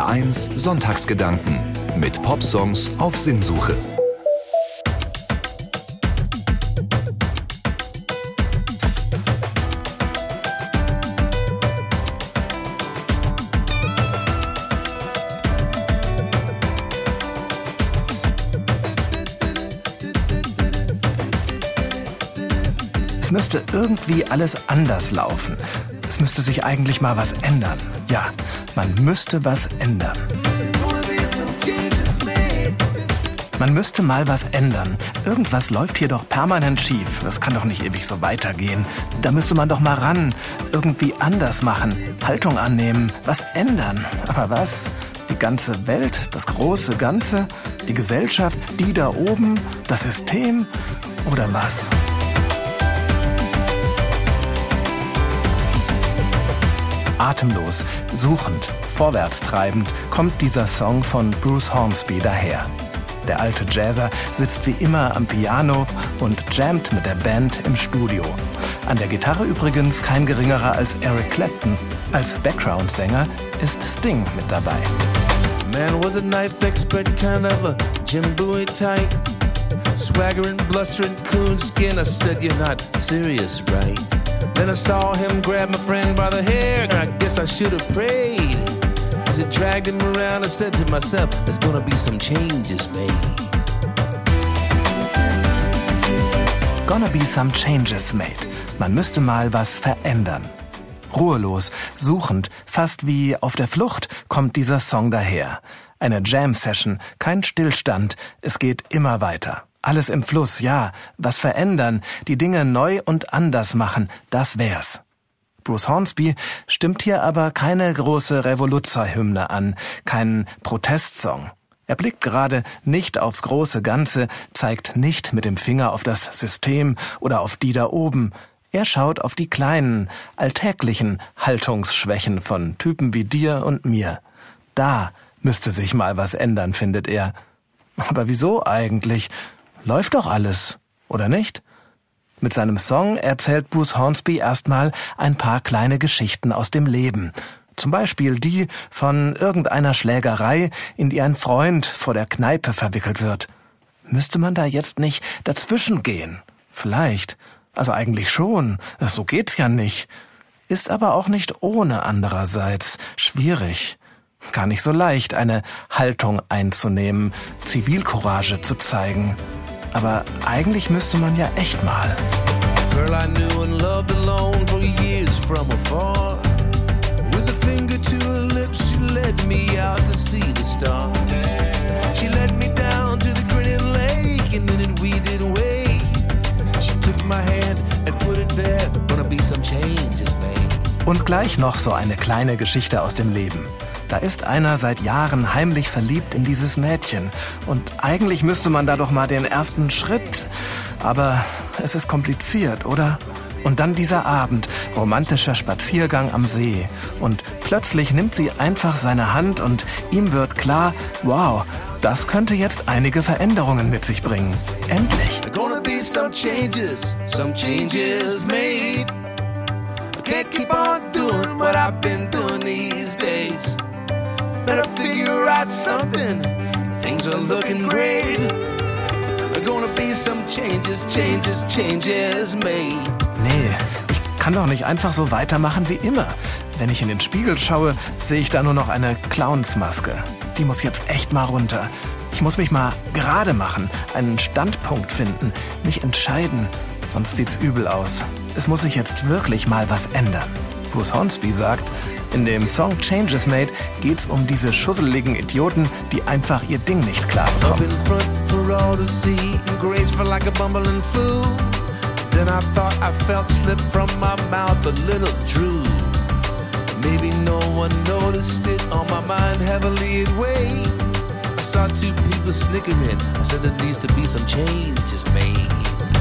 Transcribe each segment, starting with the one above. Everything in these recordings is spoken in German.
HR1 Sonntagsgedanken mit Popsongs auf Sinnsuche. Es müsste irgendwie alles anders laufen. Es müsste sich eigentlich mal was ändern. Ja, man müsste was ändern. Man müsste mal was ändern. Irgendwas läuft hier doch permanent schief. Das kann doch nicht ewig so weitergehen. Da müsste man doch mal ran. Irgendwie anders machen. Haltung annehmen. Was ändern. Aber was? Die ganze Welt? Das große Ganze? Die Gesellschaft? Die da oben? Das System? Oder was? Atemlos, suchend, vorwärtstreibend kommt dieser Song von Bruce Hornsby daher. Der alte Jazzer sitzt wie immer am Piano und jammt mit der Band im Studio. An der Gitarre übrigens kein geringerer als Eric Clapton. Als Background-Sänger ist Sting mit dabei. Man was a knife expert, kind of a Jim Bowie type. Swaggering, blustering, coonskin. I said, you're not serious, right? Then I saw him grab my friend by the hair. I guess I should have prayed. As I dragged him around, I said to myself, there's gonna be some changes made. Gonna be some changes made. Man müsste mal was verändern. Ruhelos, suchend, fast wie auf der Flucht kommt dieser Song daher. Eine Jam-Session, kein Stillstand, es geht immer weiter. Alles im Fluss, ja, was verändern, die Dinge neu und anders machen, das wär's. Bruce Hornsby stimmt hier aber keine große Revoluzzer-Hymne an, keinen Protestsong. Er blickt gerade nicht aufs große Ganze, zeigt nicht mit dem Finger auf das System oder auf die da oben. Er schaut auf die kleinen, alltäglichen Haltungsschwächen von Typen wie dir und mir. Da müsste sich mal was ändern, findet er. Aber wieso eigentlich? Läuft doch alles, oder nicht? Mit seinem Song erzählt Bruce Hornsby erstmal ein paar kleine Geschichten aus dem Leben. Zum Beispiel die von irgendeiner Schlägerei, in die ein Freund vor der Kneipe verwickelt wird. Müsste man da jetzt nicht dazwischen gehen? Vielleicht. Also eigentlich schon. So geht's ja nicht. Ist aber auch nicht ohne andererseits. Schwierig. Gar nicht so leicht, eine Haltung einzunehmen, Zivilcourage zu zeigen. Aber eigentlich müsste man ja echt mal. Girl I knew and loved alone for years from afar. With a finger to her lips she led me out to see the stars. She led me down to the grinning lake and then it weeded away. She took my hand and put it there. Gonna be some changes made. Und gleich noch so eine kleine Geschichte aus dem Leben. Da ist einer seit Jahren heimlich verliebt in dieses Mädchen. Und eigentlich müsste man da doch mal den ersten Schritt. Aber es ist kompliziert, oder? Und dann dieser Abend, romantischer Spaziergang am See. Und plötzlich nimmt sie einfach seine Hand und ihm wird klar, wow, das könnte jetzt einige Veränderungen mit sich bringen. Endlich. Gonna be some changes made. I can't keep on doing what I've been doing these days. Better figure out something. Things are looking great. There gonna be some changes made. Nee, ich kann doch nicht einfach so weitermachen wie immer. Wenn ich in den Spiegel schaue, sehe ich da nur noch eine Clownsmaske. Die muss jetzt echt mal runter. Ich muss mich mal gerade machen, einen Standpunkt finden, mich entscheiden. Sonst sieht's übel aus. Es muss sich jetzt wirklich mal was ändern. Bruce Hornsby sagt, in dem Song Changes Made geht's um diese schusseligen Idioten, die einfach ihr Ding nicht klar bekommen. Maybe no one noticed it on my mind heavily it weighed. I saw two people snickering. I said there needs to be some changes made.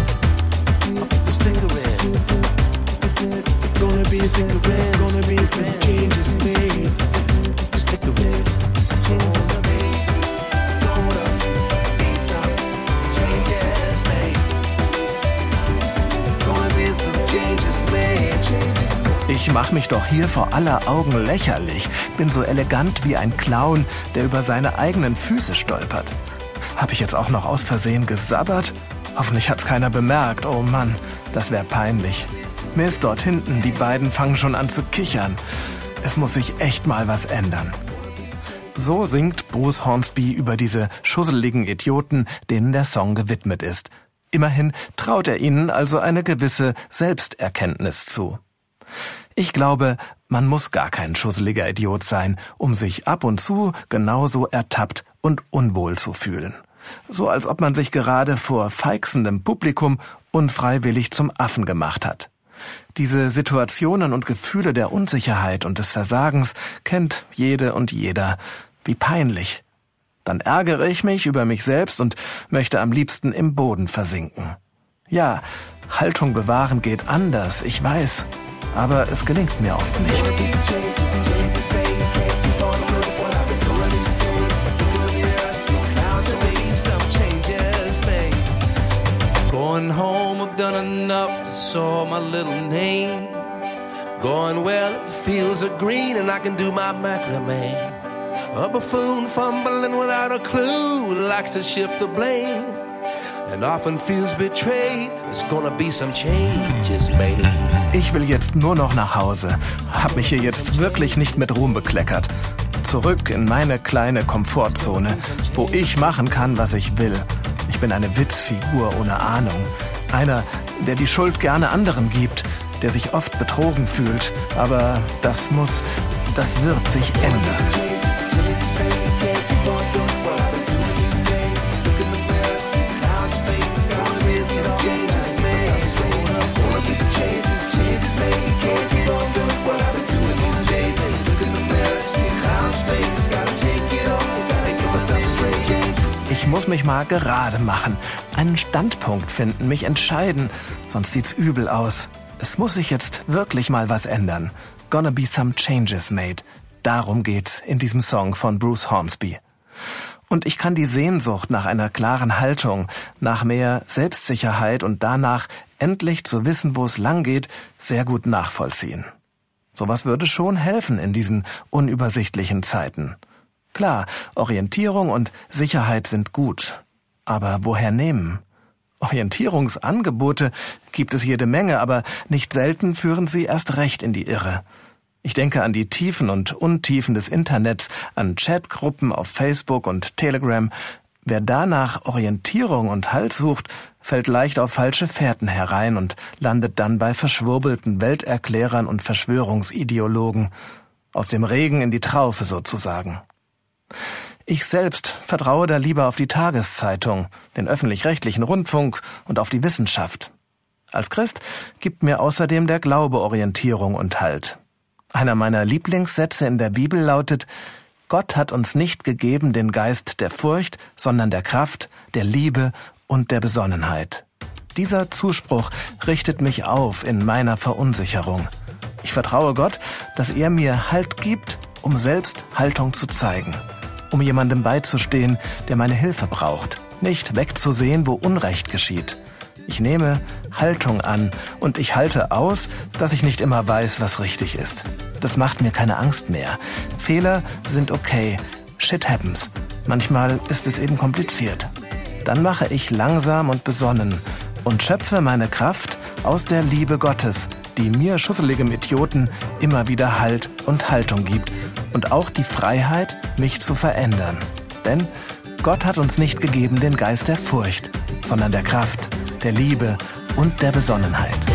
Gonna be some changes made. Stick around. Changes are made. Gonna be some changes made. Gonna be some changes made. Ich mach mach mich doch hier vor aller Augen lächerlich. Bin so elegant wie ein Clown, der über seine eigenen Füße stolpert. Hab ich jetzt auch noch aus Versehen gesabbert? Hoffentlich hat's keiner bemerkt. Oh Mann, das wäre peinlich. Mist, dort hinten, die beiden fangen schon an zu kichern. Es muss sich echt mal was ändern. So singt Bruce Hornsby über diese schusseligen Idioten, denen der Song gewidmet ist. Immerhin traut er ihnen also eine gewisse Selbsterkenntnis zu. Ich glaube, man muss gar kein schusseliger Idiot sein, um sich ab und zu genauso ertappt und unwohl zu fühlen. So als ob man sich gerade vor feixendem Publikum unfreiwillig zum Affen gemacht hat. Diese Situationen und Gefühle der Unsicherheit und des Versagens kennt jede und jeder. Wie peinlich. Dann ärgere ich mich über mich selbst und möchte am liebsten im Boden versinken. Ja, Haltung bewahren geht anders, ich weiß, aber es gelingt mir oft nicht. Going home, I've done enough to saw my little name. Going well, it feels are green and I can do my macrame. A buffoon fumbling without a clue, likes to shift the blame, and often feels betrayed. There's gonna be some changes made. Ich will jetzt nur noch nach Hause. Hab mich hier jetzt wirklich nicht mit Ruhm bekleckert. Zurück in meine kleine Komfortzone, wo ich machen kann, was ich will. Ich bin eine Witzfigur ohne Ahnung. Einer, der die Schuld gerne anderen gibt, der sich oft betrogen fühlt. Aber das wird sich ändern. Ich muss mich mal gerade machen, einen Standpunkt finden, mich entscheiden, sonst sieht's übel aus. Es muss sich jetzt wirklich mal was ändern. Gonna be some changes made. Darum geht's in diesem Song von Bruce Hornsby. Und ich kann die Sehnsucht nach einer klaren Haltung, nach mehr Selbstsicherheit und danach endlich zu wissen, wo es lang geht, sehr gut nachvollziehen. Sowas würde schon helfen in diesen unübersichtlichen Zeiten. Klar, Orientierung und Sicherheit sind gut. Aber woher nehmen? Orientierungsangebote gibt es jede Menge, aber nicht selten führen sie erst recht in die Irre. Ich denke an die Tiefen und Untiefen des Internets, an Chatgruppen auf Facebook und Telegram. Wer danach Orientierung und Halt sucht, fällt leicht auf falsche Fährten herein und landet dann bei verschwurbelten Welterklärern und Verschwörungsideologen. Aus dem Regen in die Traufe sozusagen. Ich selbst vertraue da lieber auf die Tageszeitung, den öffentlich-rechtlichen Rundfunk und auf die Wissenschaft. Als Christ gibt mir außerdem der Glaube Orientierung und Halt. Einer meiner Lieblingssätze in der Bibel lautet: Gott hat uns nicht gegeben den Geist der Furcht, sondern der Kraft, der Liebe und der Besonnenheit. Dieser Zuspruch richtet mich auf in meiner Verunsicherung. Ich vertraue Gott, dass er mir Halt gibt, um selbst Haltung zu zeigen. Um jemandem beizustehen, der meine Hilfe braucht. Nicht wegzusehen, wo Unrecht geschieht. Ich nehme Haltung an und ich halte aus, dass ich nicht immer weiß, was richtig ist. Das macht mir keine Angst mehr. Fehler sind okay. Shit happens. Manchmal ist es eben kompliziert. Dann mache ich langsam und besonnen und schöpfe meine Kraft aus der Liebe Gottes, die mir schusseligem Idioten immer wieder Halt und Haltung gibt und auch die Freiheit, mich zu verändern. Denn Gott hat uns nicht gegeben den Geist der Furcht, sondern der Kraft, der Liebe und der Besonnenheit.